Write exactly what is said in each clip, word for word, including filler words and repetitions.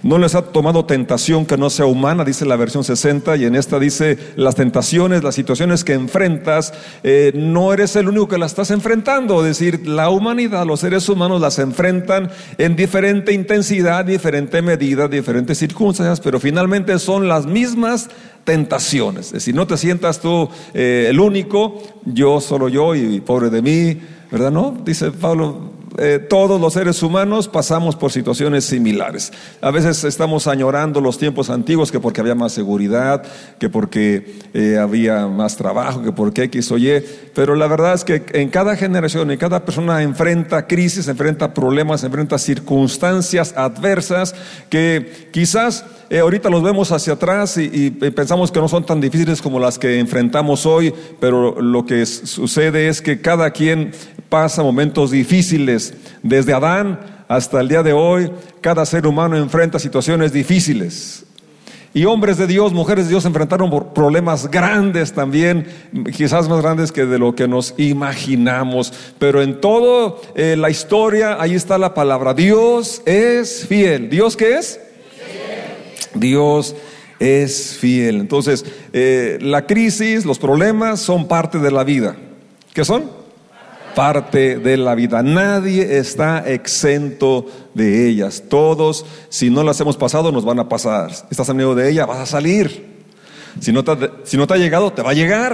No les ha tomado tentación que no sea humana, dice la versión sesenta, y en esta dice: las tentaciones, las situaciones que enfrentas, eh, no eres el único que las estás enfrentando. Es decir, la humanidad, los seres humanos las enfrentan en diferente intensidad, diferente medida, diferentes circunstancias, pero finalmente son las mismas tentaciones. Es decir, no te sientas tú eh, el único, yo solo yo y pobre de mí, ¿verdad? No, dice Pablo, Eh, todos los seres humanos pasamos por situaciones similares. A veces estamos añorando los tiempos antiguos, que porque había más seguridad, que porque eh, había más trabajo, que porque X o Y, pero la verdad es que en cada generación, en cada persona enfrenta crisis, enfrenta problemas, enfrenta circunstancias adversas que quizás eh, ahorita los vemos hacia atrás y, y pensamos que no son tan difíciles como las que enfrentamos hoy, pero lo que sucede es que cada quien pasa momentos difíciles. Desde Adán hasta el día de hoy, cada ser humano enfrenta situaciones difíciles. Y hombres de Dios, mujeres de Dios enfrentaron problemas grandes también, quizás más grandes que de lo que nos imaginamos. Pero en toda eh, la historia, ahí está la palabra: Dios es fiel. ¿Dios qué es? Fiel. Dios es fiel. Entonces, eh, la crisis, los problemas son parte de la vida. ¿Qué son? Parte de la vida. Nadie está exento de ellas. Todos, si no las hemos pasado, nos van a pasar. Estás en medio de ella, vas a salir. Si no te, si no te ha llegado, te va a llegar.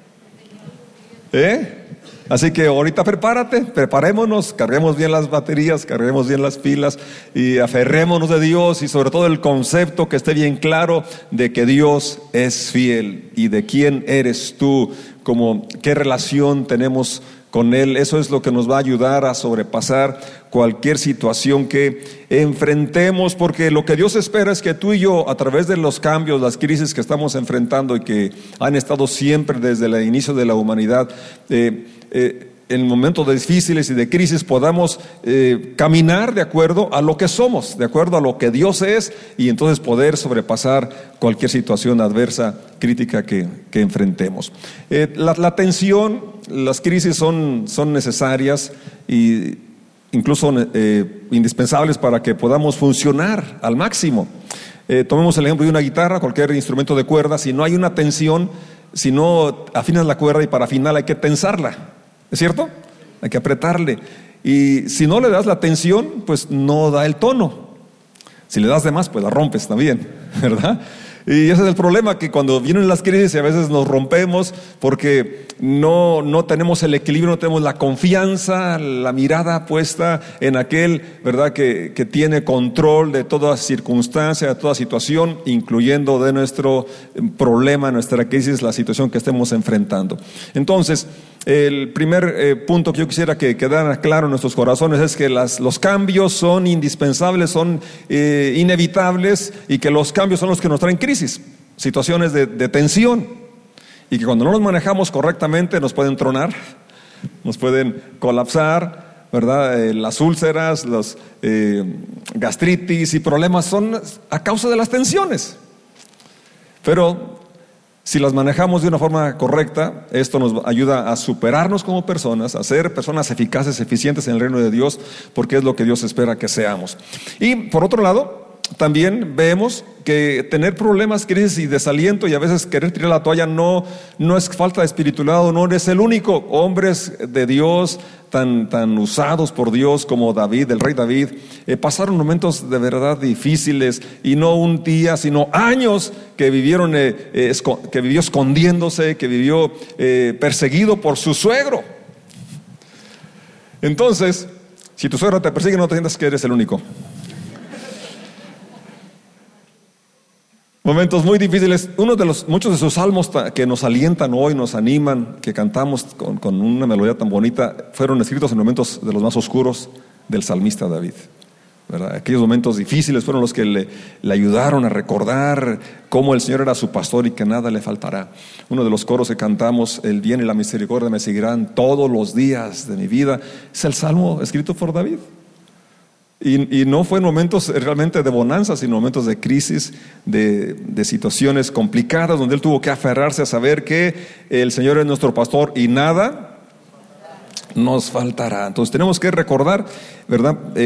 ¿Eh? Así que ahorita prepárate, preparémonos, carguemos bien las baterías, carguemos bien las pilas y aferrémonos de Dios, y sobre todo el concepto que esté bien claro de que Dios es fiel y de quién eres tú, como qué relación tenemos con Él. Eso es lo que nos va a ayudar a sobrepasar cualquier situación que enfrentemos, porque lo que Dios espera es que tú y yo, a través de los cambios, las crisis que estamos enfrentando y que han estado siempre desde el inicio de la humanidad, eh, eh, en momentos difíciles y de crisis, podamos eh, caminar de acuerdo a lo que somos, de acuerdo a lo que Dios es, y entonces poder sobrepasar cualquier situación adversa, crítica que, que enfrentemos. Eh, la, la tensión, las crisis son, son necesarias y incluso eh, indispensables para que podamos funcionar al máximo. Eh, tomemos el ejemplo de una guitarra, cualquier instrumento de cuerda. Si no hay una tensión, si no afinas la cuerda, y para afinar hay que tensarla, ¿es cierto? Hay que apretarle, y si no le das la tensión, pues no da el tono. Si le das de más, pues la rompes también, ¿verdad? Y ese es el problema, que cuando vienen las crisis, a veces nos rompemos porque no, no tenemos el equilibrio, no tenemos la confianza, la mirada puesta en aquel, ¿verdad?, que, que tiene control de toda circunstancia, de toda situación, incluyendo de nuestro problema, nuestra crisis, la situación que estemos enfrentando. Entonces, el primer eh, punto que yo quisiera que quedara claro en nuestros corazones es que las, los cambios son indispensables, son eh, inevitables, y que los cambios son los que nos traen crisis, situaciones de, de tensión, y que cuando no los manejamos correctamente nos pueden tronar, nos pueden colapsar, ¿verdad? Eh, las úlceras, los eh, gastritis y problemas son a causa de las tensiones. Pero si las manejamos de una forma correcta, esto nos ayuda a superarnos como personas, a ser personas eficaces, eficientes en el reino de Dios, porque es lo que Dios espera que seamos. Y por otro lado, también vemos que tener problemas, crisis y desaliento, y a veces querer tirar la toalla, no, no es falta de espiritualidad, no eres el único. Hombres de Dios tan, tan usados por Dios como David, el rey David, eh, pasaron momentos de verdad difíciles, y no un día, sino años que vivieron, eh, eh, esco- que vivió escondiéndose, que vivió eh, perseguido por su suegro. Entonces, si tu suegro te persigue, no te sientas que eres el único. Momentos muy difíciles. Uno de los muchos de sus salmos que nos alientan hoy, nos animan, que cantamos con, con una melodía tan bonita, fueron escritos en momentos de los más oscuros del salmista David, ¿verdad? Aquellos momentos difíciles fueron los que le, le ayudaron a recordar cómo el Señor era su pastor y que nada le faltará. Uno de los coros que cantamos, el bien y la misericordia me seguirán todos los días de mi vida, es el salmo escrito por David. Y, y no fue en momentos realmente de bonanza, sino en momentos de crisis, de, de situaciones complicadas, donde él tuvo que aferrarse a saber que el Señor es nuestro pastor y nada nos faltará. Entonces tenemos que recordar, ¿verdad?, eh,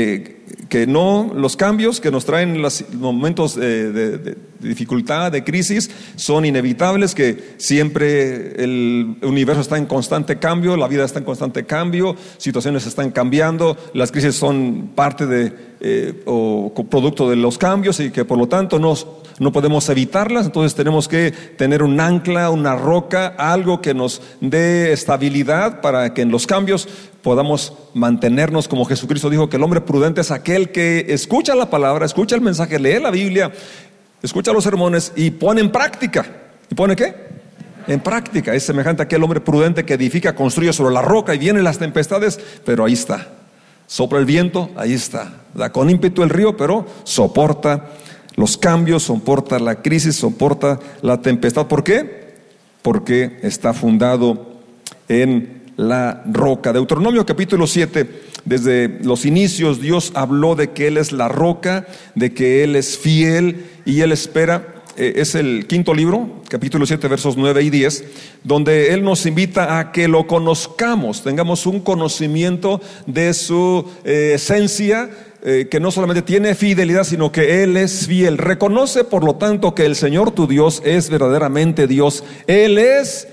que no, los cambios que nos traen los momentos de, de, de dificultad, de crisis, son inevitables, que siempre el universo está en constante cambio, la vida está en constante cambio, situaciones están cambiando, las crisis son parte de eh, o producto de los cambios, y que por lo tanto no, no podemos evitarlas. Entonces tenemos que tener un ancla, una roca, algo que nos dé estabilidad para que en los cambios podamos mantenernos, como Jesucristo dijo, que el hombre prudente es aquel que escucha la palabra, escucha el mensaje, lee la Biblia, escucha los sermones y pone en práctica. ¿Y pone qué? En práctica. Es semejante a aquel hombre prudente que edifica, construye sobre la roca, y vienen las tempestades, pero ahí está. Sopla el viento, ahí está. Da con ímpetu el río, pero soporta los cambios, soporta la crisis, soporta la tempestad. ¿Por qué? Porque está fundado en la roca. Deuteronomio capítulo siete, desde los inicios Dios habló de que Él es la roca, de que Él es fiel y Él espera. Eh, es el quinto libro, capítulo siete, versos nueve y diez, donde Él nos invita a que lo conozcamos, tengamos un conocimiento de su eh, esencia, eh, que no solamente tiene fidelidad, sino que Él es fiel. Reconoce, por lo tanto, que el Señor tu Dios es verdaderamente Dios. Él es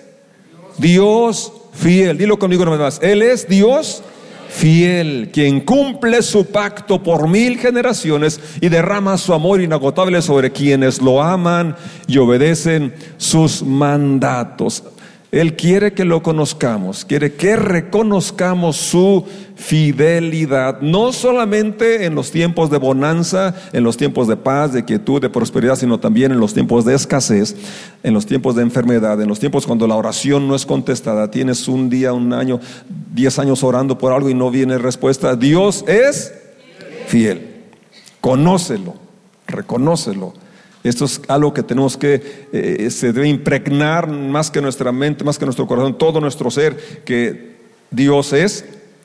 Dios fiel. Dilo conmigo una vez más. Él es Dios fiel, quien cumple su pacto por mil generaciones y derrama su amor inagotable sobre quienes lo aman y obedecen sus mandatos. Él quiere que lo conozcamos, quiere que reconozcamos su fidelidad, no solamente en los tiempos de bonanza, en los tiempos de paz, de quietud, de prosperidad, sino también en los tiempos de escasez, en los tiempos de enfermedad, en los tiempos cuando la oración no es contestada. Tienes un día, un año, diez años orando por algo y no viene respuesta. Dios es fiel. Conócelo, reconócelo. Esto es algo que tenemos que, eh, se debe impregnar más que nuestra mente, más que nuestro corazón, todo nuestro ser, que Dios es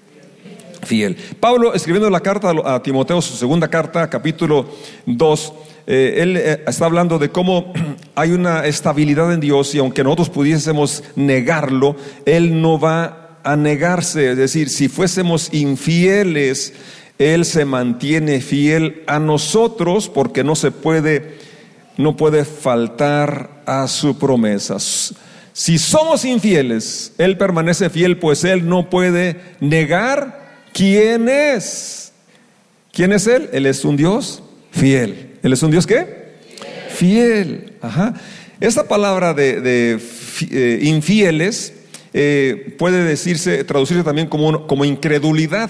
fiel. Pablo, escribiendo la carta a Timoteo, su segunda carta, capítulo dos, eh, él eh, está hablando de cómo hay una estabilidad en Dios, y aunque nosotros pudiésemos negarlo, Él no va a negarse. Es decir, si fuésemos infieles, Él se mantiene fiel a nosotros, porque no se puede no puede faltar a su promesa. Si somos infieles, Él permanece fiel, pues Él no puede negar quién es. ¿Quién es Él? Él es un Dios fiel. ¿Él es un Dios qué? Fiel. Ajá. Esta palabra de, de eh, infieles eh, puede decirse, traducirse también como, como incredulidad.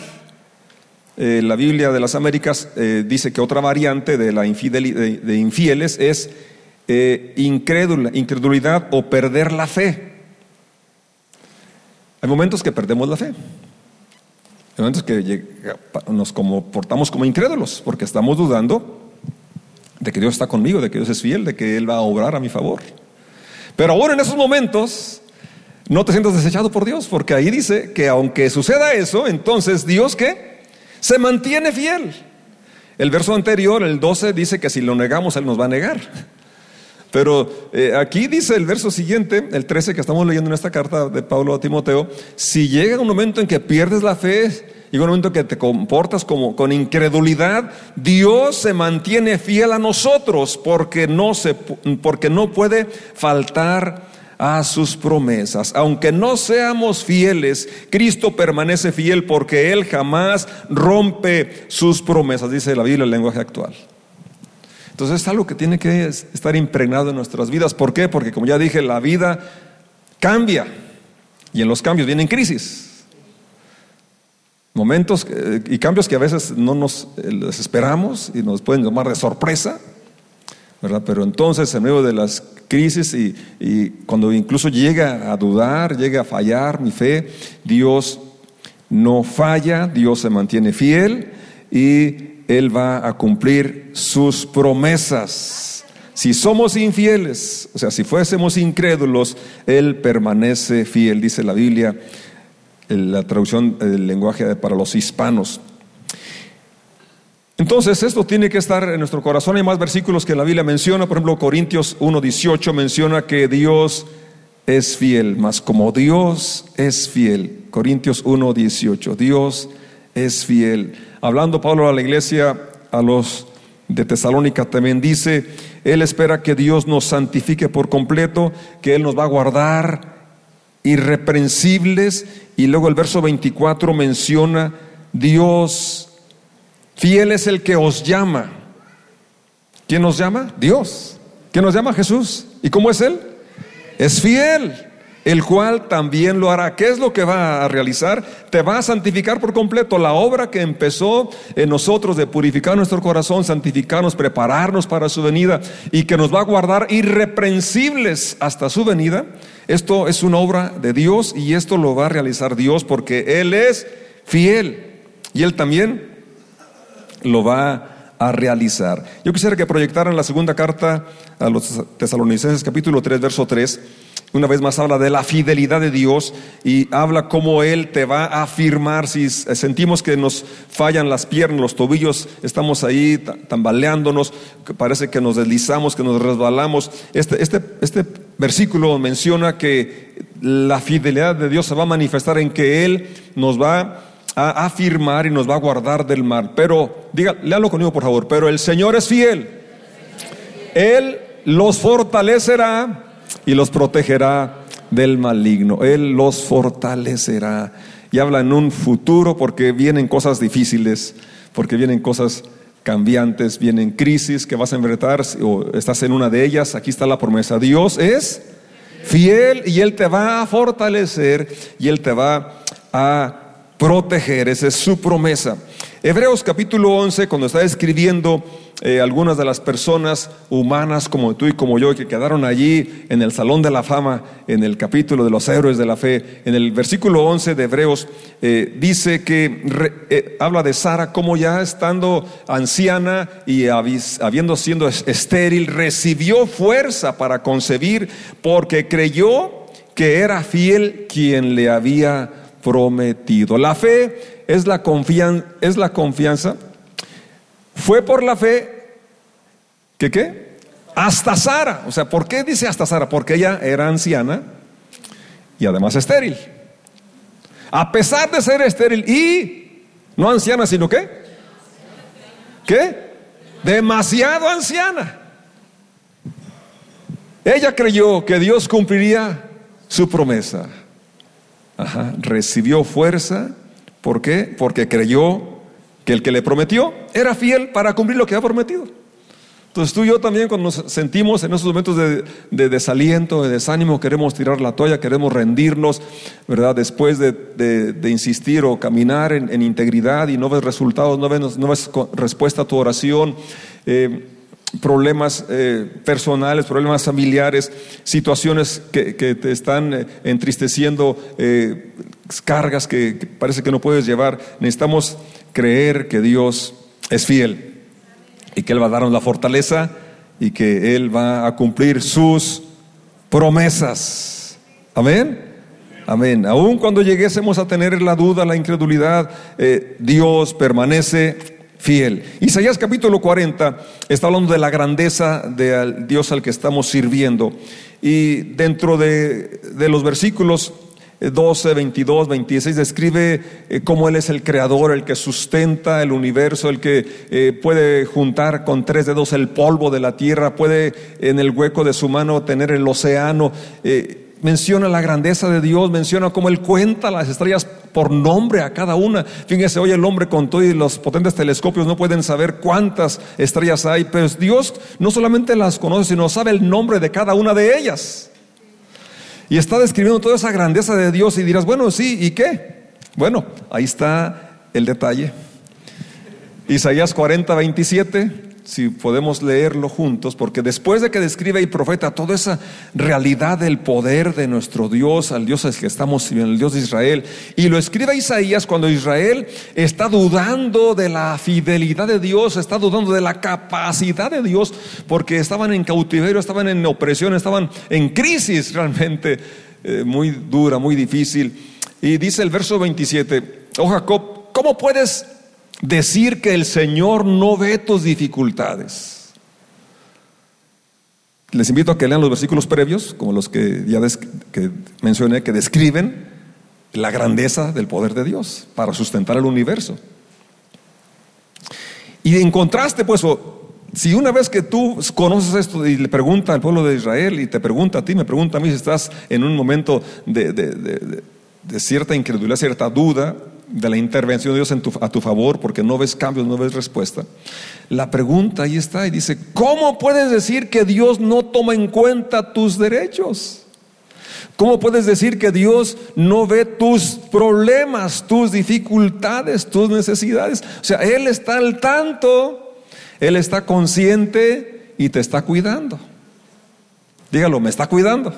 Eh, la Biblia de las Américas eh, dice que otra variante de la infideli- de, de infieles es eh, incrédula, incredulidad o perder la fe. Hay momentos que perdemos la fe. Hay momentos que llega, nos comportamos como incrédulos, porque estamos dudando de que Dios está conmigo, de que Dios es fiel, de que Él va a obrar a mi favor. Pero ahora en esos momentos no te sientas desechado por Dios, porque ahí dice que aunque suceda eso, entonces Dios ¿qué? Se mantiene fiel. El verso anterior, el doce, dice que si lo negamos, Él nos va a negar. Pero eh, aquí dice el verso siguiente, el trece, que estamos leyendo en esta carta de Pablo a Timoteo: si llega un momento en que pierdes la fe, y un momento en que te comportas como con incredulidad, Dios se mantiene fiel a nosotros, porque no, se, porque no puede faltar a sus promesas. Aunque no seamos fieles, Cristo permanece fiel, porque Él jamás rompe sus promesas, dice la Biblia en el lenguaje actual. Entonces es algo que tiene que estar impregnado en nuestras vidas. ¿Por qué? Porque, como ya dije, la vida cambia, y en los cambios vienen crisis, momentos y cambios que a veces no nos les esperamos y nos pueden tomar de sorpresa, ¿verdad? Pero entonces, en medio de las crisis y, y cuando incluso llega a dudar, llega a fallar mi fe, Dios no falla, Dios se mantiene fiel y Él va a cumplir sus promesas. Si somos infieles, o sea, si fuésemos incrédulos, Él permanece fiel, dice la Biblia, la traducción del lenguaje para los hispanos. Entonces esto tiene que estar en nuestro corazón. Hay más versículos que la Biblia menciona. Por ejemplo, Corintios uno dieciocho menciona que Dios es fiel, mas como Dios es fiel, Corintios uno dieciocho, Dios es fiel. hablando Pablo a la iglesia, a los de Tesalónica también dice, Él espera que Dios nos santifique por completo, que Él nos va a guardar irreprensibles. Y luego el verso veinticuatro menciona, Dios fiel es el que os llama. ¿Quién nos llama? Dios. ¿Quién nos llama? Jesús. ¿Y cómo es Él? Es fiel, el cual también lo hará. ¿Qué es lo que va a realizar? Te va a santificar por completo. La obra que empezó en nosotros de purificar nuestro corazón, santificarnos, prepararnos para su venida, y que nos va a guardar irreprensibles hasta su venida. Esto es una obra de Dios, y esto lo va a realizar Dios porque Él es fiel y Él también lo va a a realizar. Yo quisiera que proyectaran la segunda carta a los Tesalonicenses, capítulo tres, verso tres. Una vez más habla de la fidelidad de Dios y habla cómo Él te va a afirmar. Si sentimos que nos fallan las piernas, los tobillos, estamos ahí tambaleándonos, que parece que nos deslizamos, que nos resbalamos. Este, este, este versículo menciona que la fidelidad de Dios se va a manifestar en que Él nos va a afirmar y nos va a guardar del mal. Pero, diga, léalo conmigo por favor. Pero el Señor es fiel. Él los fortalecerá y los protegerá del maligno. Él los fortalecerá. Y habla en un futuro porque vienen cosas difíciles, porque vienen cosas cambiantes, vienen crisis que vas a enfrentar, o estás en una de ellas. Aquí está la promesa. Dios es fiel y Él te va a fortalecer y Él te va a proteger. Esa es su promesa. Hebreos capítulo once, cuando está escribiendo eh, algunas de las personas humanas como tú y como yo, que quedaron allí en el salón de la fama, en el capítulo de los héroes de la fe, en el versículo once de Hebreos, eh, dice que re, eh, habla de Sara como ya estando anciana y avis, habiendo sido estéril, recibió fuerza para concebir porque creyó que era fiel quien le había prometido. La fe es la confianza, es la confianza. Fue por la fe que ¿qué? Hasta Sara. O sea, ¿por qué dice hasta Sara? Porque ella era anciana y además estéril. A pesar de ser estéril y no anciana, sino ¿qué? ¿Qué? Demasiado anciana. Ella creyó que Dios cumpliría su promesa. Ajá, recibió fuerza. ¿Por qué? Porque creyó que el que le prometió era fiel para cumplir lo que ha prometido. Entonces tú y yo también, cuando nos sentimos en esos momentos de, de desaliento, de desánimo, queremos tirar la toalla, queremos rendirnos, ¿verdad? Después de, de, de insistir o caminar en, en integridad y no ves resultados, no ves, no ves respuesta a tu oración, eh, problemas eh, personales, problemas familiares, situaciones que, que te están eh, entristeciendo, eh, cargas que, que parece que no puedes llevar. Necesitamos creer que Dios es fiel y que Él va a darnos la fortaleza y que Él va a cumplir sus promesas. Amén. Amén. Aun cuando lleguésemos a tener la duda, la incredulidad, eh, Dios permanece fiel. Isaías capítulo cuarenta está hablando de la grandeza de Dios al que estamos sirviendo, y dentro de, de los versículos doce, veintidós, veintiséis describe eh, cómo Él es el creador, el que sustenta el universo, el que eh, puede juntar con tres dedos el polvo de la tierra, puede en el hueco de su mano tener el océano. eh, Menciona la grandeza de Dios, menciona cómo Él cuenta las estrellas por nombre a cada una. Fíjense, hoy el hombre con todo y los potentes telescopios no pueden saber cuántas estrellas hay, pero Dios no solamente las conoce, sino sabe el nombre de cada una de ellas. Y está describiendo toda esa grandeza de Dios y dirás, bueno, sí, ¿y qué? Bueno, ahí está el detalle. Isaías cuarenta, veintisiete. Si podemos leerlo juntos, porque después de que describe y profeta toda esa realidad del poder de nuestro Dios, al Dios al que estamos sirviendo, el Dios de Israel, y lo escribe Isaías cuando Israel está dudando de la fidelidad de Dios, está dudando de la capacidad de Dios, porque estaban en cautiverio, estaban en opresión, estaban en crisis realmente eh, muy dura, muy difícil. Y dice el verso veintisiete, oh Jacob, ¿cómo puedes decir que el Señor no ve tus dificultades? Les invito a que lean los versículos previos, como los que ya des, que mencioné, que describen la grandeza del poder de Dios para sustentar el universo. Y en contraste, pues, si una vez que tú conoces esto y le pregunta al pueblo de Israel y te pregunta a ti, me pregunta a mí, si estás en un momento de, de, de, de, de cierta incredulidad, cierta duda de la intervención de Dios en tu, a tu favor, porque no ves cambios, no ves respuesta, la pregunta ahí está y dice: ¿cómo puedes decir que Dios no toma en cuenta tus derechos? ¿Cómo puedes decir que Dios no ve tus problemas, tus dificultades, tus necesidades? O sea, Él está al tanto, Él está consciente y te está cuidando. Dígalo, me está cuidando.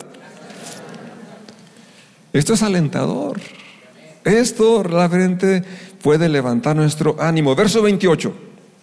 Esto es alentador. Esto realmente puede levantar nuestro ánimo. Verso veintiocho.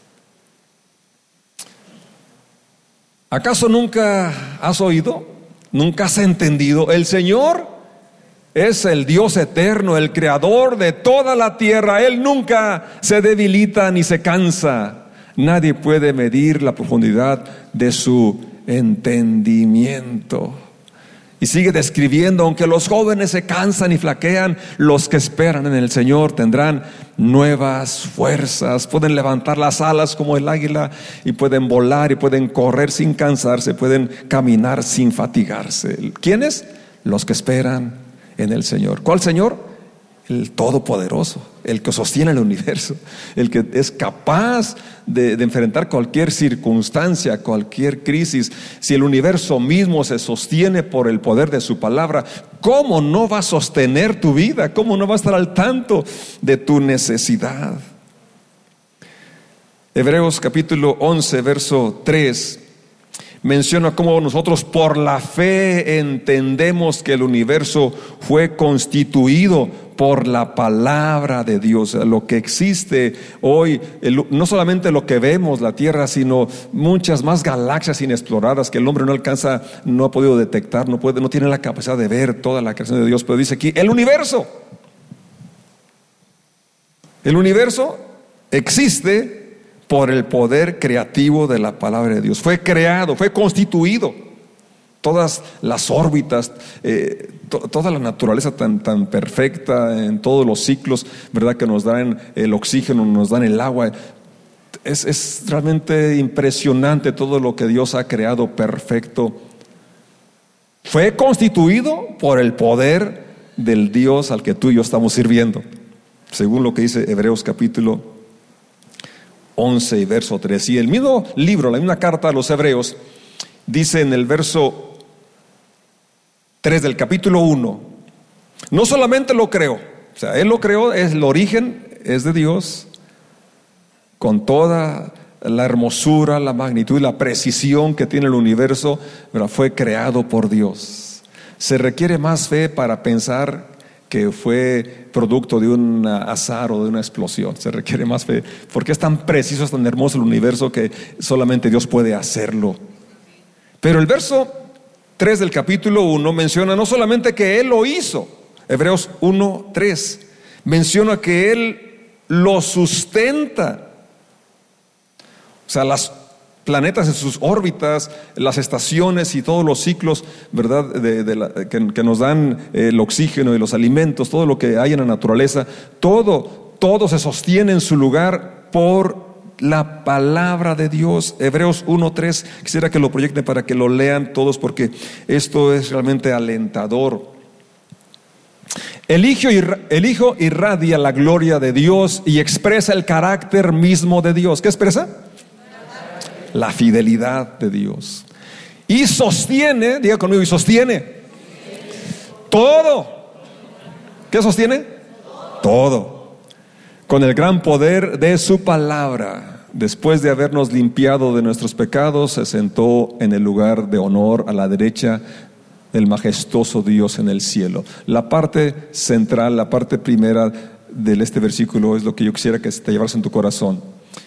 ¿Acaso nunca has oído? ¿Nunca has entendido? El Señor es el Dios eterno, el creador de toda la tierra. Él nunca se debilita ni se cansa. Nadie puede medir la profundidad de su entendimiento. Y sigue describiendo: aunque los jóvenes se cansan y flaquean, los que esperan en el Señor tendrán nuevas fuerzas. Pueden levantar las alas como el águila y pueden volar y pueden correr sin cansarse, pueden caminar sin fatigarse. ¿Quiénes? Los que esperan en el Señor. ¿Cuál Señor? El Todopoderoso, el que sostiene el universo, el que es capaz de, de enfrentar cualquier circunstancia, cualquier crisis. Si el universo mismo se sostiene por el poder de su palabra, ¿cómo no va a sostener tu vida? ¿Cómo no va a estar al tanto de tu necesidad? Hebreos capítulo once, verso tres, menciona cómo nosotros por la fe entendemos que el universo fue constituido por la palabra de Dios. Lo que existe hoy, el, no solamente lo que vemos, la Tierra, sino muchas más galaxias inexploradas que el hombre no alcanza, no ha podido detectar, no puede, no tiene la capacidad de ver toda la creación de Dios. Pero dice aquí, el universo, el universo existe por el poder creativo de la palabra de Dios. Fue creado, fue constituido. Todas las órbitas, eh, to, toda la naturaleza tan, tan perfecta en todos los ciclos, ¿verdad? Que nos dan el oxígeno, nos dan el agua. Es, es realmente impresionante todo lo que Dios ha creado perfecto. Fue constituido por el poder del Dios al que tú y yo estamos sirviendo, según lo que dice Hebreos capítulo once y verso tres. Y el mismo libro, la misma carta a los Hebreos, dice en el verso tres del capítulo uno: no solamente lo creó, o sea, Él lo creó, es el origen, es de Dios, con toda la hermosura, la magnitud y la precisión que tiene el universo, pero fue creado por Dios. Se requiere más fe para pensar que fue producto de un azar o de una explosión. Se requiere más fe, porque es tan preciso, es tan hermoso el universo que solamente Dios puede hacerlo. Pero el verso tres del capítulo uno menciona no solamente que Él lo hizo, Hebreos uno tres, menciona que Él lo sustenta. O sea, los planetas en sus órbitas, las estaciones y todos los ciclos, ¿verdad? De, de la, que, que nos dan el oxígeno y los alimentos, todo lo que hay en la naturaleza, todo, todo se sostiene en su lugar por la palabra de Dios. Hebreos uno tres, quisiera que lo proyecten para que lo lean todos, porque esto es realmente alentador. El hijo, el hijo irradia la gloria de Dios y expresa el carácter mismo de Dios. ¿Qué expresa? La fidelidad de Dios. Y sostiene, diga conmigo, y sostiene todo. ¿Qué sostiene? Todo. Con el gran poder de su palabra. Después de habernos limpiado de nuestros pecados, se sentó en el lugar de honor a la derecha del majestuoso Dios en el cielo. La parte central, la parte primera de este versículo es lo que yo quisiera que te llevaras en tu corazón.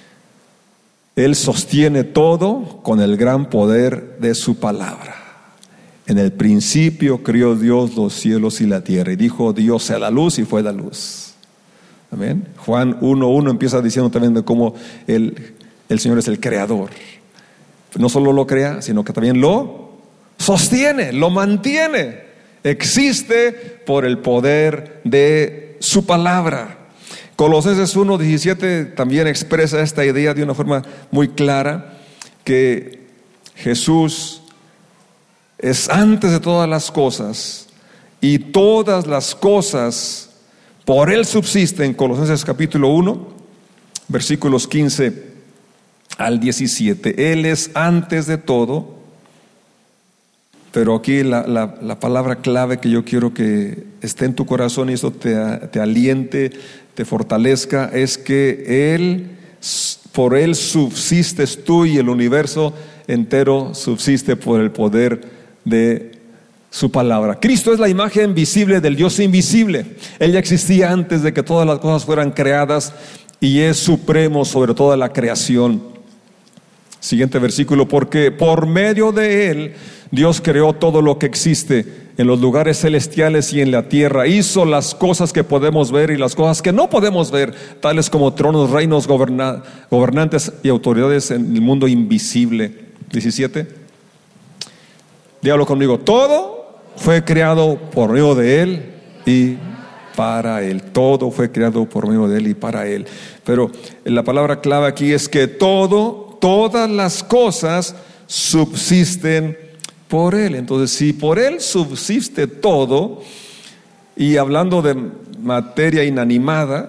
Él sostiene todo con el gran poder de su palabra. En el principio creó Dios los cielos y la tierra, y dijo Dios sea la luz, y fue la luz. Amén. Juan uno uno empieza diciendo también de cómo el, el Señor es el creador. No solo lo crea, sino que también lo sostiene, lo mantiene. Existe por el poder de su palabra. Colosenses uno diecisiete también expresa esta idea de una forma muy clara, que Jesús es antes de todas las cosas y todas las cosas por Él subsisten. Colosenses capítulo uno, versículos quince al diecisiete. Él es antes de todo, pero aquí la, la, la palabra clave que yo quiero que esté en tu corazón y esto te, te aliente, te fortalezca, es que Él, por Él subsistes tú y el universo entero subsiste por el poder de su palabra. Cristo es la imagen visible del Dios invisible. Él ya existía antes de que todas las cosas fueran creadas y es supremo sobre toda la creación. Siguiente versículo: porque por medio de Él Dios creó todo lo que existe en los lugares celestiales y en la tierra. Hizo las cosas que podemos ver y las cosas que no podemos ver, tales como tronos, reinos, goberna, gobernantes y autoridades en el mundo invisible. diecisiete. Dígalo conmigo: todo fue creado por medio de Él y para Él. Todo fue creado por medio de Él y para Él. Pero la palabra clave aquí es que todo, todas las cosas subsisten por Él. Entonces, si por Él subsiste todo, y hablando de materia inanimada,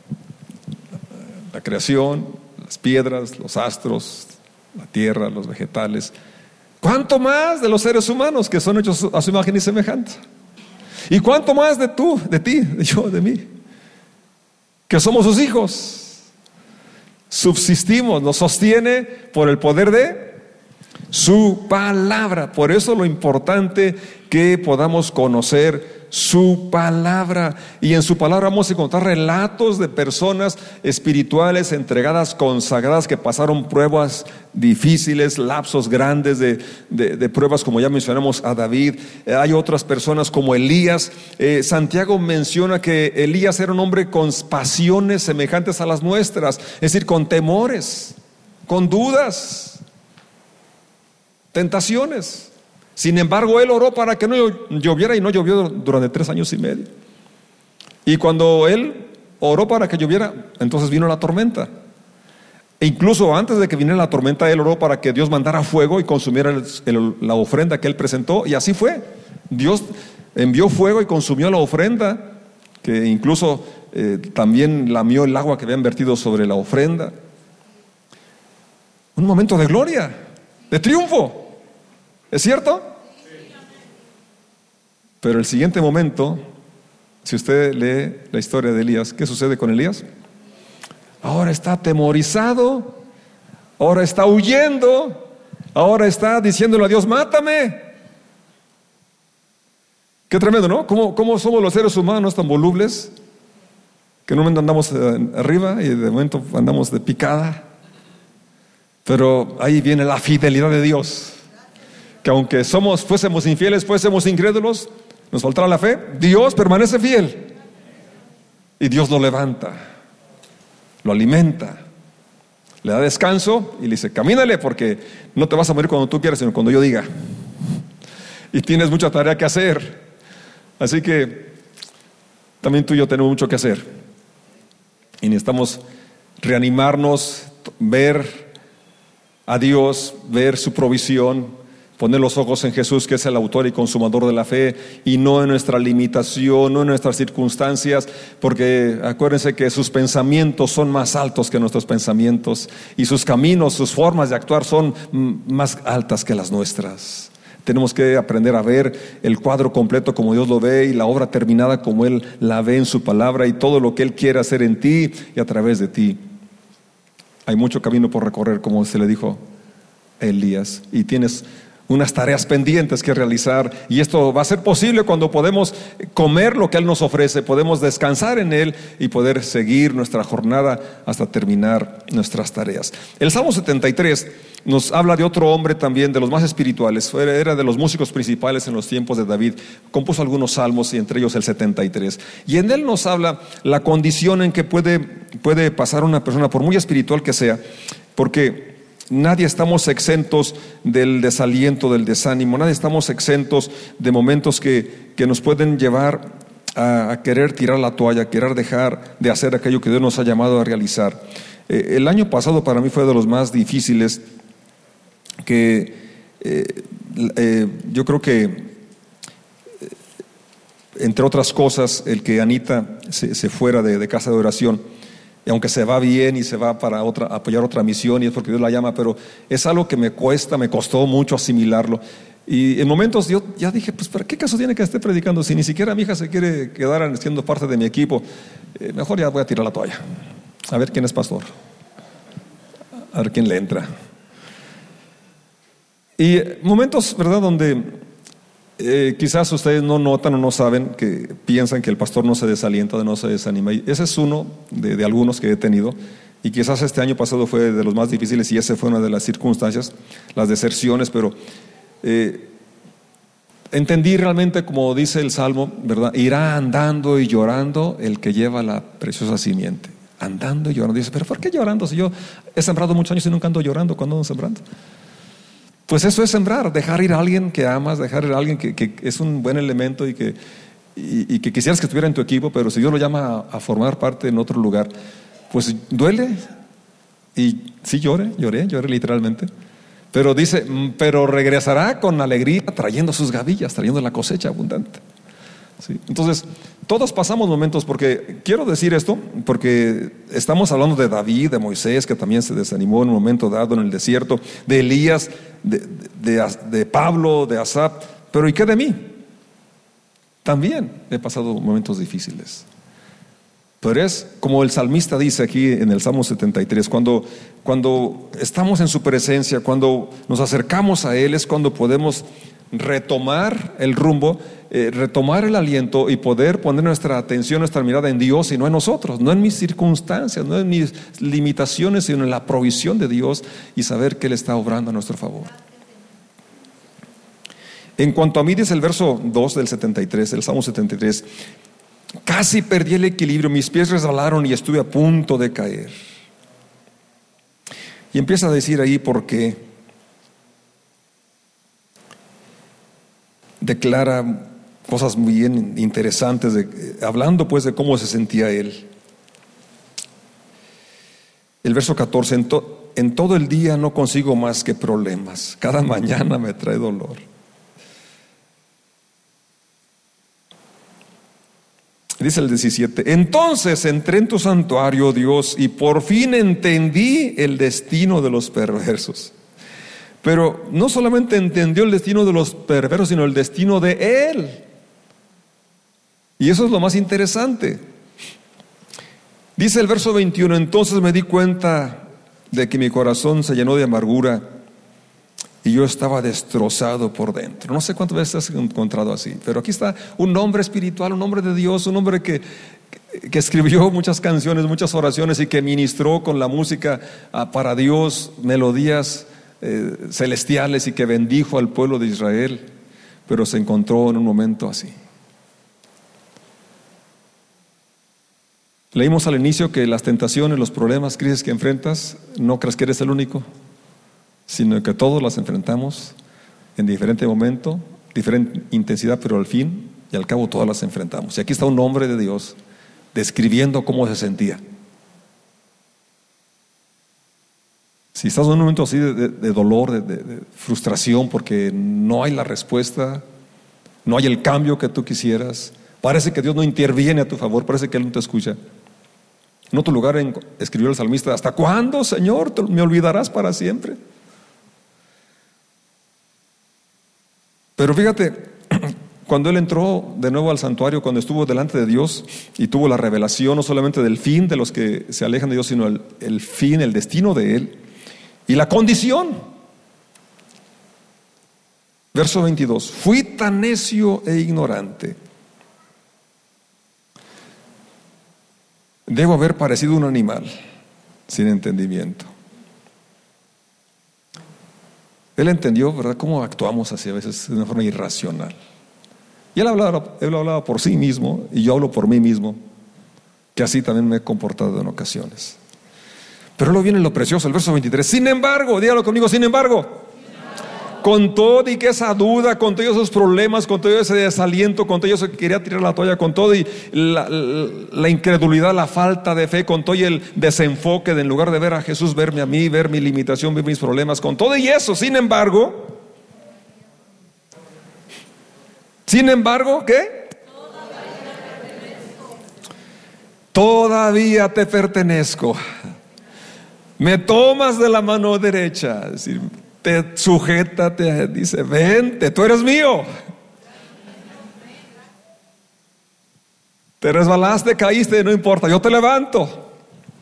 la creación, las piedras, los astros, la tierra, los vegetales, ¿cuánto más de los seres humanos que son hechos a su imagen y semejanza? ¿Y cuánto más de tú, de ti, de yo, de mí, que somos sus hijos? Subsistimos, nos sostiene por el poder de su palabra. Por eso lo importante que podamos conocer su palabra, y en su palabra vamos a encontrar relatos de personas espirituales entregadas, consagradas, que pasaron pruebas difíciles, lapsos grandes de, de, de pruebas, como ya mencionamos a David. Eh, hay otras personas como Elías. eh, Santiago menciona que Elías era un hombre con pasiones semejantes a las nuestras, es decir, con temores, con dudas, tentaciones. Sin embargo, él oró para que no lloviera y no llovió durante tres años y medio. Y cuando él oró para que lloviera, entonces vino la tormenta. E incluso antes de que viniera la tormenta, él oró para que Dios mandara fuego y consumiera el, el, la ofrenda que él presentó. Y así fue. Dios envió fuego y consumió la ofrenda, que incluso eh, también lamió el agua que habían vertido sobre la ofrenda. Un momento de gloria, de triunfo. ¿Es cierto? Pero el siguiente momento, si usted lee la historia de Elías, ¿qué sucede con Elías? Ahora está atemorizado, ahora está huyendo, ahora está diciéndole a Dios: mátame. Qué tremendo, ¿no? ¿Cómo, cómo somos los seres humanos tan volubles, que en un momento andamos arriba y de momento andamos de picada? Pero ahí viene la fidelidad de Dios, que aunque somos, fuésemos infieles, fuésemos incrédulos, nos faltara la fe, Dios permanece fiel y Dios lo levanta, lo alimenta, le da descanso y le dice: camínale, porque no te vas a morir cuando tú quieras, sino cuando yo diga, y tienes mucha tarea que hacer. Así que también tú y yo tenemos mucho que hacer y necesitamos reanimarnos, ver a Dios, ver su provisión, poner los ojos en Jesús, que es el autor y consumador de la fe, y no en nuestra limitación, no en nuestras circunstancias, porque acuérdense que sus pensamientos son más altos que nuestros pensamientos, y sus caminos, sus formas de actuar son más altas que las nuestras. Tenemos que aprender a ver el cuadro completo como Dios lo ve, y la obra terminada como Él la ve en su palabra, y todo lo que Él quiere hacer en ti y a través de ti. Hay mucho camino por recorrer, como se le dijo a Elías, y tienes unas tareas pendientes que realizar, y esto va a ser posible cuando podemos comer lo que Él nos ofrece, podemos descansar en Él y poder seguir nuestra jornada hasta terminar nuestras tareas. El Salmo setenta y tres nos habla de otro hombre también, de los más espirituales, era de los músicos principales en los tiempos de David, compuso algunos salmos y entre ellos el setenta y tres, y en él nos habla la condición en que puede, puede pasar una persona, por muy espiritual que sea, porque nadie estamos exentos del desaliento, del desánimo, nadie estamos exentos de momentos que, que nos pueden llevar a, a querer tirar la toalla, a querer dejar de hacer aquello que Dios nos ha llamado a realizar. Eh, el año pasado para mí fue de los más difíciles, que eh, eh, yo creo que, eh, entre otras cosas, el que Anita se, se fuera de, de casa de oración, y aunque se va bien y se va para otra, apoyar otra misión y es porque Dios la llama, pero es algo que me cuesta, me costó mucho asimilarlo. Y en momentos yo ya dije, pues ¿para qué caso tiene que esté predicando? Si ni siquiera mi hija se quiere quedar siendo parte de mi equipo, eh, mejor ya voy a tirar la toalla. A ver quién es pastor, a ver quién le entra. Y momentos, ¿verdad?, donde eh, quizás ustedes no notan o no saben, que piensan que el pastor no se desalienta, no se desanima. Y ese es uno de, de algunos que he tenido. Y quizás este año pasado fue de los más difíciles y esa fue una de las circunstancias, las deserciones, pero eh, entendí realmente, como dice el Salmo, ¿verdad? Irá andando y llorando el que lleva la preciosa simiente. Andando y llorando. Dice, pero ¿por qué llorando? Si yo he sembrado muchos años y nunca ando llorando cuando ando sembrando. Pues eso es sembrar, dejar ir a alguien que amas, dejar ir a alguien que, que es un buen elemento y que, y, y que quisieras que estuviera en tu equipo, pero si Dios lo llama a, a formar parte en otro lugar, pues duele. Y sí, lloré, lloré, lloré literalmente. Pero dice, pero regresará con alegría trayendo sus gavillas, trayendo la cosecha abundante. ¿Sí? Entonces, todos pasamos momentos, porque quiero decir esto, porque estamos hablando de David, de Moisés, que también se desanimó en un momento dado en el desierto, de Elías, de, de, de, de Pablo, de Asaf, pero ¿y qué de mí? También he pasado momentos difíciles. Pero es como el salmista dice aquí en el Salmo setenta y tres, cuando, cuando estamos en su presencia, cuando nos acercamos a Él, es cuando podemos retomar el rumbo, eh, retomar el aliento y poder poner nuestra atención, nuestra mirada en Dios y no en nosotros, no en mis circunstancias, no en mis limitaciones, sino en la provisión de Dios y saber que Él está obrando a nuestro favor. En cuanto a mí, dice el verso dos del setenta y tres, el Salmo setenta y tres, casi perdí el equilibrio, mis pies resbalaron y estuve a punto de caer. Y empieza a decir ahí por qué. Declara cosas muy bien interesantes, de, hablando pues de cómo se sentía él. El verso catorce, en, to, en todo el día no consigo más que problemas, cada mañana me trae dolor. Dice el diecisiete, entonces entré en tu santuario, Dios, y por fin entendí el destino de los perversos. Pero no solamente entendió el destino de los perversos, sino el destino de Él. Y eso es lo más interesante. Dice el verso veintiuno, entonces me di cuenta de que mi corazón se llenó de amargura y yo estaba destrozado por dentro. No sé cuántas veces has encontrado así, pero aquí está un hombre espiritual, un hombre de Dios, un hombre que, que escribió muchas canciones, muchas oraciones y que ministró con la música para Dios, melodías Eh, celestiales y que bendijo al pueblo de Israel, pero se encontró en un momento así. Leímos al inicio que las tentaciones, los problemas, crisis que enfrentas, no creas que eres el único, sino que todos las enfrentamos en diferente momento, diferente intensidad, pero al fin y al cabo todas las enfrentamos. Y aquí está un hombre de Dios describiendo cómo se sentía. Si estás en un momento así de, de, de dolor, de, de, de frustración, porque no hay la respuesta, no hay el cambio que tú quisieras, parece que Dios no interviene a tu favor, parece que Él no te escucha. En otro lugar en, escribió el salmista, ¿hasta cuándo, Señor, te, me olvidarás para siempre? Pero fíjate, cuando él entró de nuevo al santuario, cuando estuvo delante de Dios y tuvo la revelación no solamente del fin de los que se alejan de Dios, sino el, el fin, el destino de Él y la condición. Verso veintidós, fui tan necio e ignorante. Debo haber parecido un animal sin entendimiento. Él entendió, ¿verdad?, cómo actuamos así a veces de una forma irracional. Y él hablaba, él hablaba por sí mismo, y yo hablo por mí mismo, que así también me he comportado en ocasiones. Pero luego viene lo precioso, el verso veintitrés. Sin embargo, dígalo conmigo, sin embargo. Con todo y que esa duda, con todos esos problemas, con todo ese desaliento, con todo eso que quería tirar la toalla, con todo y la, la, la incredulidad, la falta de fe, con todo y el desenfoque de en lugar de ver a Jesús, verme a mí, ver mi limitación, ver mis problemas, con todo y eso, sin embargo, sin embargo, ¿qué? Todavía te pertenezco. Me tomas de la mano derecha, es decir, te sujeta, te dice, vente, tú eres mío. Te resbalaste, caíste, no importa, yo te levanto.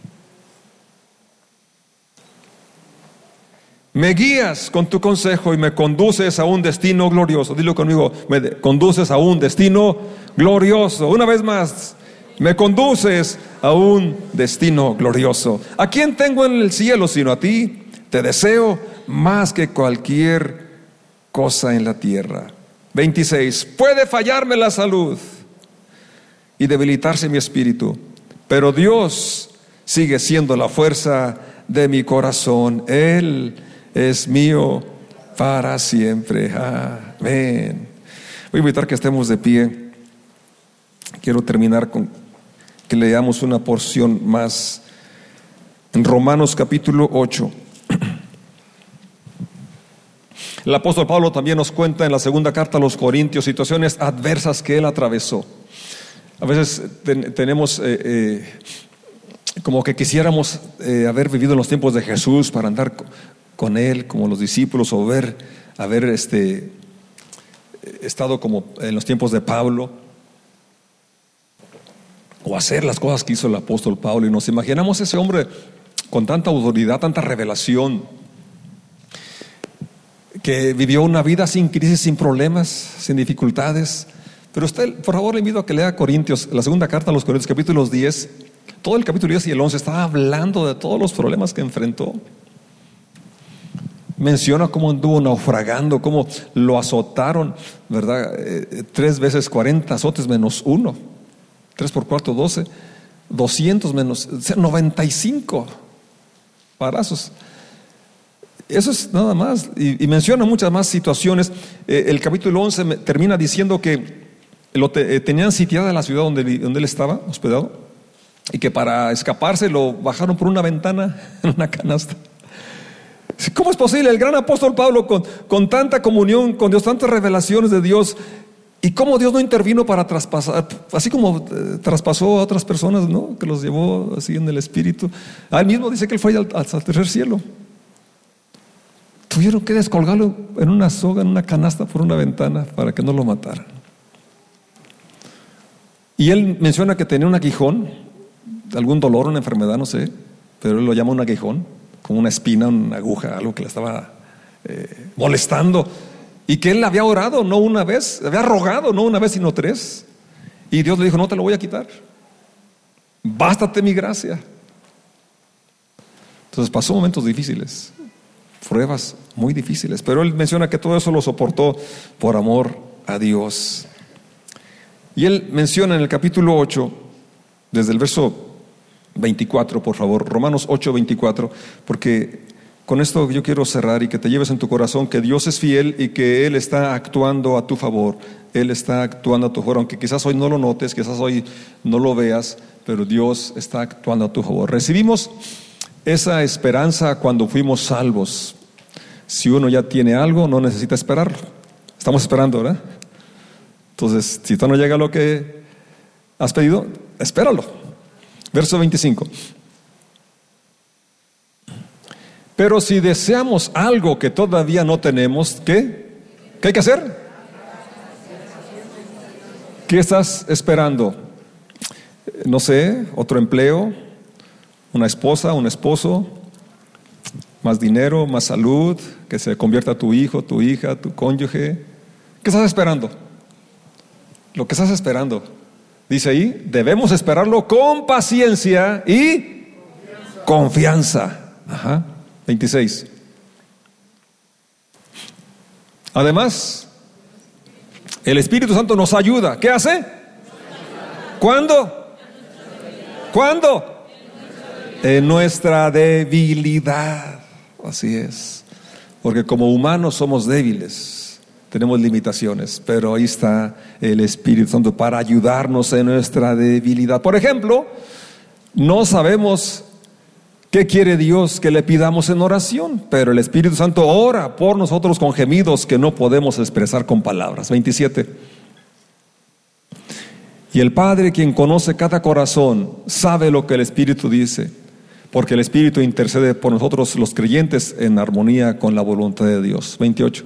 Me guías con tu consejo y me conduces a un destino glorioso. Dilo conmigo, me conduces a un destino glorioso. Una vez más, me conduces a un destino glorioso. ¿A quién tengo en el cielo sino a ti? Te deseo más que cualquier cosa en la tierra. veintiséis. Puede fallarme la salud y debilitarse mi espíritu, pero Dios sigue siendo la fuerza de mi corazón. Él es mío para siempre. Amén. Voy a invitar que estemos de pie. Quiero terminar con que leamos una porción más en Romanos capítulo ocho. El apóstol Pablo también nos cuenta en la segunda carta a los Corintios situaciones adversas que él atravesó. A veces ten, tenemos eh, eh, como que quisiéramos eh, haber vivido en los tiempos de Jesús para andar con él como los discípulos, o ver, haber este, estado como en los tiempos de Pablo, o hacer las cosas que hizo el apóstol Pablo, y nos imaginamos ese hombre con tanta autoridad, tanta revelación, que vivió una vida sin crisis, sin problemas, sin dificultades. Pero usted, por favor, le invito a que lea Corintios, la segunda carta a los Corintios, capítulos diez. Todo el capítulo diez y el once está hablando de todos los problemas que enfrentó. Menciona cómo anduvo naufragando, cómo lo azotaron, ¿verdad? Eh, tres veces cuarenta azotes menos uno. Tres por cuatro, doce. Doscientos menos, noventa y cinco parazos. Eso es nada más. Y, y menciona muchas más situaciones. Eh, el capítulo once me, termina diciendo que lo te, eh, tenían sitiada la ciudad donde, donde él estaba hospedado, y que para escaparse lo bajaron por una ventana en una canasta. ¿Cómo es posible? El gran apóstol Pablo con, con tanta comunión con Dios, tantas revelaciones de Dios, y cómo Dios no intervino para traspasar, así como eh, traspasó a otras personas, ¿no? Que los llevó así en el espíritu. A él mismo dice que él fue al, al tercer cielo. Tuvieron que descolgarlo en una soga, en una canasta por una ventana para que no lo mataran. Y él menciona que tenía un aguijón, algún dolor, una enfermedad, no sé, pero él lo llama un aguijón, como una espina, una aguja, algo que le estaba eh, molestando. Y que él había orado no una vez, había rogado no una vez sino tres. Y Dios le dijo, no te lo voy a quitar, bástate mi gracia. Entonces pasó momentos difíciles, pruebas muy difíciles, pero él menciona que todo eso lo soportó por amor a Dios. Y él menciona en el capítulo ocho, desde el verso veinticuatro, por favor, Romanos ocho, veinticuatro, porque con esto yo quiero cerrar y que te lleves en tu corazón que Dios es fiel y que Él está actuando a tu favor. Él está actuando a tu favor, aunque quizás hoy no lo notes, quizás hoy no lo veas, pero Dios está actuando a tu favor. Recibimos esa esperanza cuando fuimos salvos. Si uno ya tiene algo, no necesita esperarlo. Estamos esperando, ¿verdad? Entonces, si tú no llega a lo que has pedido, espéralo. Verso veinticinco. Pero si deseamos algo que todavía no tenemos, ¿qué? ¿Qué hay que hacer? ¿Qué estás esperando? No sé, otro empleo, una esposa, un esposo, más dinero, más salud, que se convierta tu hijo, tu hija, tu cónyuge. ¿Qué estás esperando? Lo que estás esperando. Dice ahí, debemos esperarlo con paciencia y confianza. confianza. Ajá. veintiséis. Además, el Espíritu Santo nos ayuda. ¿Qué hace? ¿Cuándo? ¿Cuándo? En nuestra debilidad. Así es. porque como humanos somos débiles, tenemos limitaciones, pero ahí está el Espíritu Santo para ayudarnos en nuestra debilidad. Por ejemplo, no sabemos qué quiere Dios que le pidamos en oración, pero el Espíritu Santo ora por nosotros con gemidos que no podemos expresar con palabras. veintisiete. Y el Padre, quien conoce cada corazón, sabe lo que el Espíritu dice, porque el Espíritu intercede por nosotros los creyentes en armonía con la voluntad de Dios. veintiocho.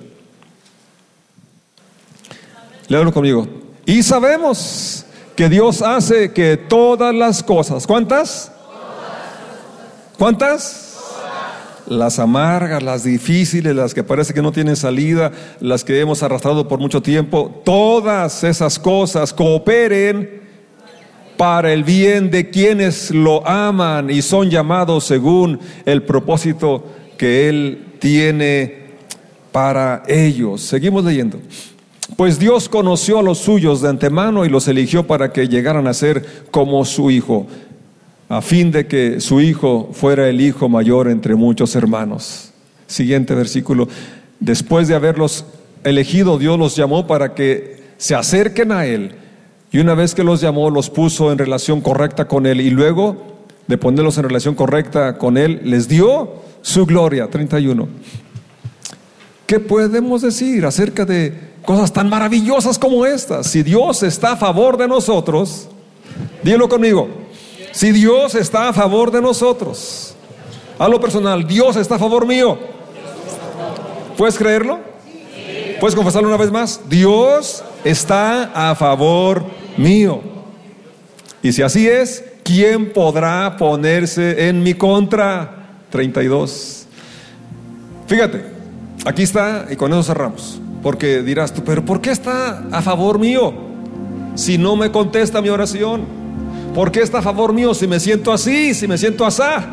Léalo conmigo. Y sabemos que Dios hace que todas las cosas, ¿cuántas? ¿Cuántas? Las amargas, las difíciles, las que parece que no tienen salida, las que hemos arrastrado por mucho tiempo, todas esas cosas cooperen para el bien de quienes lo aman y son llamados según el propósito que Él tiene para ellos. Seguimos leyendo. Pues Dios conoció a los suyos de antemano y los eligió para que llegaran a ser como su Hijo, a fin de que su Hijo fuera el hijo mayor entre muchos hermanos. Siguiente versículo. Después de haberlos elegido, Dios los llamó para que se acerquen a Él. Y una vez que los llamó, los puso en relación correcta con Él. Y luego de ponerlos en relación correcta con Él, les dio su gloria. treinta y uno. ¿Qué podemos decir acerca de cosas tan maravillosas como estas? Si Dios está a favor de nosotros, dilo conmigo. Si Dios está a favor de nosotros, a lo personal, Dios está a favor mío. ¿Puedes creerlo? ¿Puedes confesarlo una vez más? Dios está a favor mío. Y si así es, ¿quién podrá ponerse en mi contra? treinta y dos. Fíjate, aquí está, y con eso cerramos. Porque dirás tú, pero ¿por qué está a favor mío si no me contesta mi oración? ¿Por qué está a favor mío si me siento así, si me siento asá?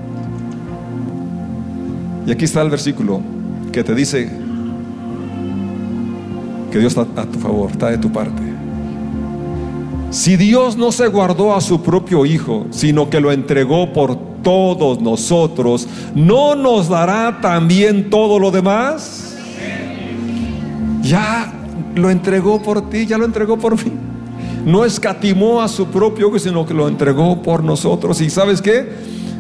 Y aquí está el versículo que te dice que Dios está a tu favor, está de tu parte. Si Dios no se guardó a su propio Hijo, sino que lo entregó por todos nosotros, ¿no nos dará también todo lo demás? Ya lo entregó por ti, ya lo entregó por mí. No escatimó a su propio Hijo, sino que lo entregó por nosotros. ¿Y sabes qué?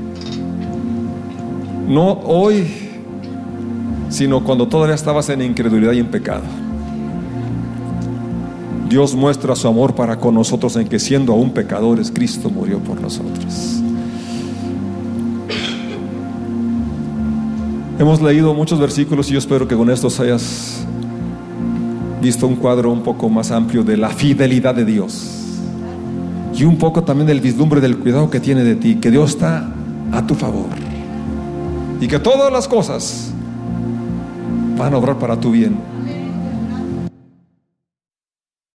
No hoy, sino cuando todavía estabas en incredulidad y en pecado. Dios muestra su amor para con nosotros en que siendo aún pecadores, Cristo murió por nosotros. Hemos leído muchos versículos y yo espero que con estos hayas visto un cuadro un poco más amplio de la fidelidad de Dios y un poco también del vislumbre del cuidado que tiene de ti, que Dios está a tu favor y que todas las cosas van a obrar para tu bien.